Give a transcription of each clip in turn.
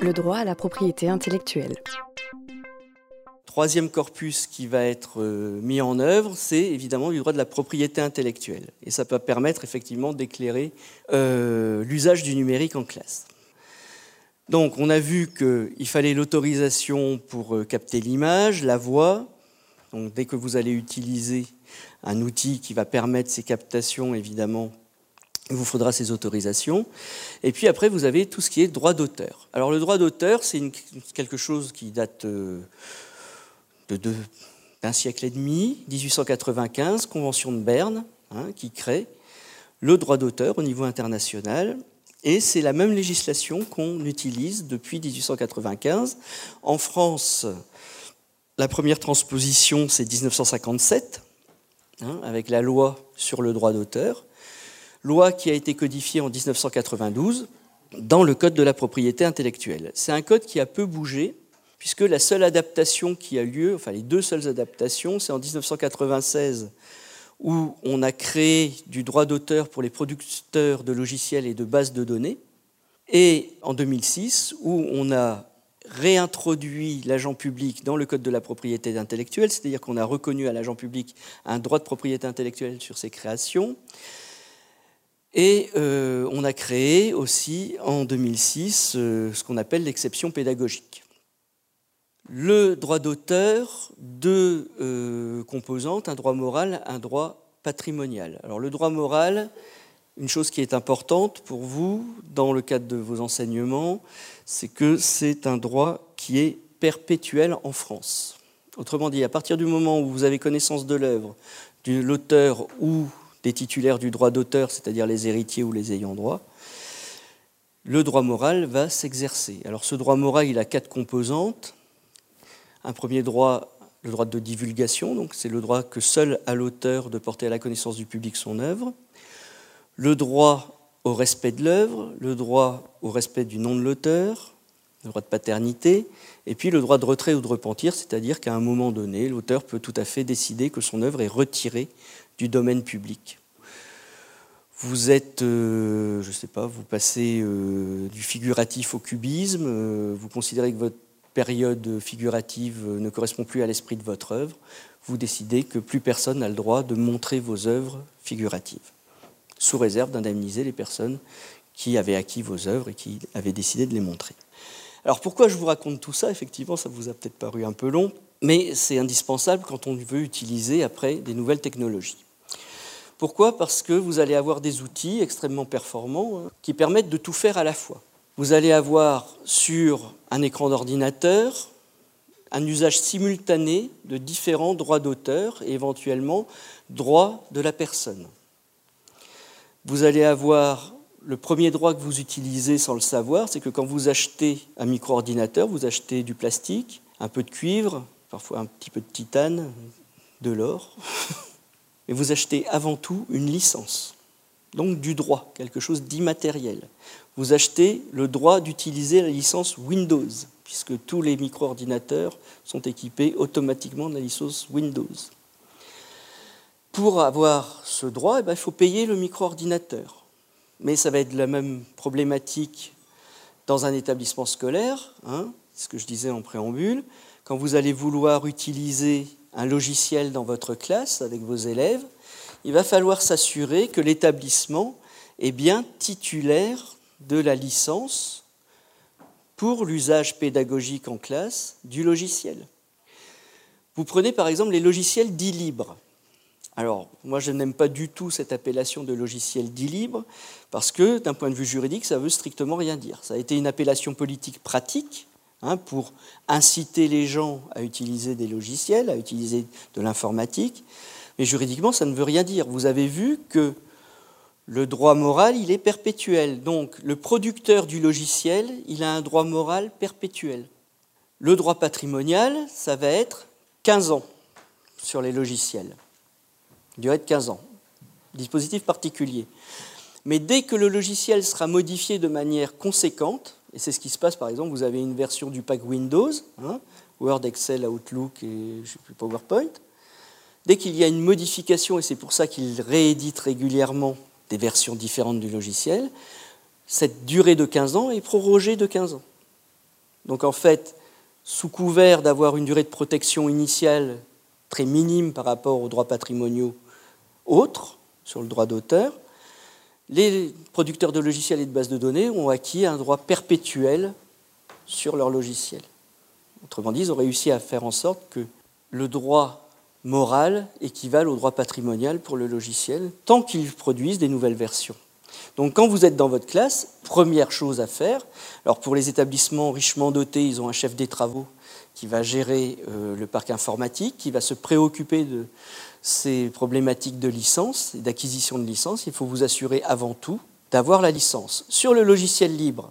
le droit à la propriété intellectuelle. Troisième corpus qui va être mis en œuvre, c'est évidemment du droit de la propriété intellectuelle. Et ça peut permettre effectivement d'éclairer l'usage du numérique en classe. Donc on a vu qu'il fallait l'autorisation pour capter l'image, la voix. Donc dès que vous allez utiliser un outil qui va permettre ces captations, évidemment, il vous faudra ces autorisations. Et puis après, vous avez tout ce qui est droit d'auteur. Alors le droit d'auteur, c'est quelque chose qui date d'un siècle et demi, 1895, Convention de Berne, qui crée le droit d'auteur au niveau international. Et c'est la même législation qu'on utilise depuis 1895. En France, la première transposition, c'est 1957, avec la loi sur le droit d'auteur. Loi qui a été codifiée en 1992 dans le Code de la propriété intellectuelle. C'est un code qui a peu bougé, puisque la seule adaptation qui a lieu, enfin les deux seules adaptations, c'est en 1996, où on a créé du droit d'auteur pour les producteurs de logiciels et de bases de données, et en 2006, où on a réintroduit l'agent public dans le Code de la propriété intellectuelle, c'est-à-dire qu'on a reconnu à l'agent public un droit de propriété intellectuelle sur ses créations. Et on a créé aussi en 2006 ce qu'on appelle l'exception pédagogique. Le droit d'auteur, deux composantes, un droit moral, un droit patrimonial. Alors le droit moral, une chose qui est importante pour vous dans le cadre de vos enseignements, c'est que c'est un droit qui est perpétuel en France. Autrement dit, à partir du moment où vous avez connaissance de l'œuvre, de l'auteur ou des titulaires du droit d'auteur, c'est-à-dire les héritiers ou les ayants droit, le droit moral va s'exercer. Alors ce droit moral, il a 4 composantes. Un premier droit, le droit de divulgation, donc c'est le droit que seul a l'auteur de porter à la connaissance du public son œuvre. Le droit au respect de l'œuvre, le droit au respect du nom de l'auteur, le droit de paternité, et puis le droit de retrait ou de repentir, c'est-à-dire qu'à un moment donné, l'auteur peut tout à fait décider que son œuvre est retirée du domaine public. Vous êtes, je ne sais pas, vous passez du figuratif au cubisme, vous considérez que votre période figurative ne correspond plus à l'esprit de votre œuvre, vous décidez que plus personne n'a le droit de montrer vos œuvres figuratives, sous réserve d'indemniser les personnes qui avaient acquis vos œuvres et qui avaient décidé de les montrer. Alors pourquoi je vous raconte tout ça ? Effectivement, ça vous a peut-être paru un peu long, mais c'est indispensable quand on veut utiliser après des nouvelles technologies. Pourquoi ? Parce que vous allez avoir des outils extrêmement performants qui permettent de tout faire à la fois. Vous allez avoir sur un écran d'ordinateur un usage simultané de différents droits d'auteur et éventuellement droits de la personne. Vous allez avoir le premier droit que vous utilisez sans le savoir, c'est que quand vous achetez un micro-ordinateur, vous achetez du plastique, un peu de cuivre, parfois un petit peu de titane, de l'or, mais vous achetez avant tout une licence, donc du droit, quelque chose d'immatériel. Vous achetez le droit d'utiliser la licence Windows, puisque tous les micro-ordinateurs sont équipés automatiquement de la licence Windows. Pour avoir ce droit, il faut payer le micro-ordinateur. Mais ça va être la même problématique dans un établissement scolaire, c'est ce que je disais en préambule. Quand vous allez vouloir utiliser un logiciel dans votre classe avec vos élèves, il va falloir s'assurer que l'établissement est bien titulaire de la licence pour l'usage pédagogique en classe du logiciel. Vous prenez par exemple les logiciels dits libres. Alors, moi je n'aime pas du tout cette appellation de logiciel dit libre parce que d'un point de vue juridique, ça ne veut strictement rien dire. Ça a été une appellation politique pratique pour inciter les gens à utiliser des logiciels, à utiliser de l'informatique, mais juridiquement, ça ne veut rien dire. Vous avez vu que le droit moral, il est perpétuel. Donc, le producteur du logiciel, il a un droit moral perpétuel. Le droit patrimonial, ça va être 15 ans sur les logiciels. Durée de 15 ans. Dispositif particulier. Mais dès que le logiciel sera modifié de manière conséquente, et c'est ce qui se passe, par exemple, vous avez une version du pack Windows, Word, Excel, Outlook et PowerPoint. Dès qu'il y a une modification, et c'est pour ça qu'il réédite régulièrement des versions différentes du logiciel, cette durée de 15 ans est prorogée de 15 ans. Donc en fait, sous couvert d'avoir une durée de protection initiale très minime par rapport aux droits patrimoniaux autres, sur le droit d'auteur, les producteurs de logiciels et de bases de données ont acquis un droit perpétuel sur leur logiciel. Autrement dit, ils ont réussi à faire en sorte que le droit moral équivale au droit patrimonial pour le logiciel, tant qu'ils produisent des nouvelles versions. Donc quand vous êtes dans votre classe, première chose à faire, alors pour les établissements richement dotés, ils ont un chef des travaux qui va gérer le parc informatique, qui va se préoccuper de ces problématiques de licence et d'acquisition de licence. Il faut vous assurer avant tout d'avoir la licence. Sur le logiciel libre,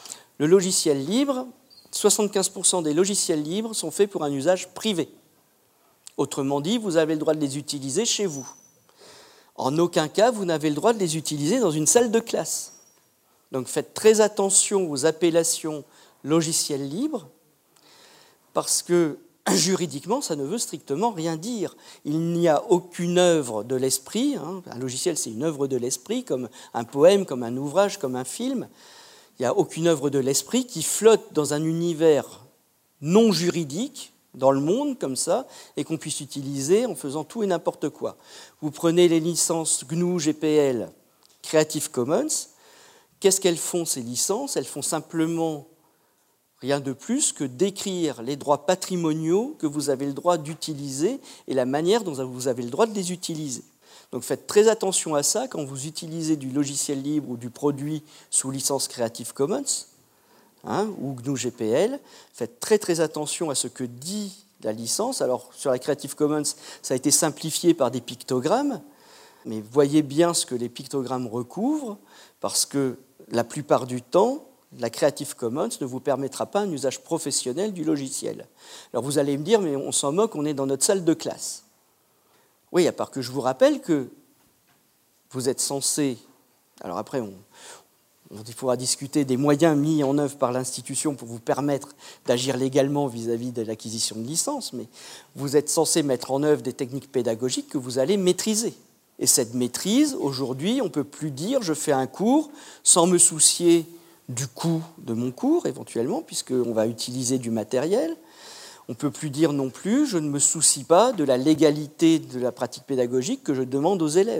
75% des logiciels libres sont faits pour un usage privé. Autrement dit, vous avez le droit de les utiliser chez vous. En aucun cas, vous n'avez le droit de les utiliser dans une salle de classe. Donc faites très attention aux appellations logiciels libres, parce que juridiquement, ça ne veut strictement rien dire. Il n'y a aucune œuvre de l'esprit. Un logiciel, c'est une œuvre de l'esprit, comme un poème, comme un ouvrage, comme un film. Il n'y a aucune œuvre de l'esprit qui flotte dans un univers non juridique, dans le monde, comme ça, et qu'on puisse utiliser en faisant tout et n'importe quoi. Vous prenez les licences GNU, GPL, Creative Commons. Qu'est-ce qu'elles font, ces licences ? Elles font simplement rien de plus que décrire les droits patrimoniaux que vous avez le droit d'utiliser et la manière dont vous avez le droit de les utiliser. Donc faites très attention à ça quand vous utilisez du logiciel libre ou du produit sous licence Creative Commons, ou GNU GPL. Faites très très attention à ce que dit la licence. Alors sur la Creative Commons, ça a été simplifié par des pictogrammes, mais voyez bien ce que les pictogrammes recouvrent, parce que la plupart du temps, la Creative Commons ne vous permettra pas un usage professionnel du logiciel. Alors vous allez me dire, mais on s'en moque, on est dans notre salle de classe. Oui, à part que je vous rappelle que vous êtes censé... Alors après, on pourra discuter des moyens mis en œuvre par l'institution pour vous permettre d'agir légalement vis-à-vis de l'acquisition de licence, mais vous êtes censé mettre en œuvre des techniques pédagogiques que vous allez maîtriser. Et cette maîtrise, aujourd'hui, on ne peut plus dire « je fais un cours sans me soucier du coût de mon cours, éventuellement, puisqu'on va utiliser du matériel ». On ne peut plus dire non plus « je ne me soucie pas de la légalité de la pratique pédagogique que je demande aux élèves ».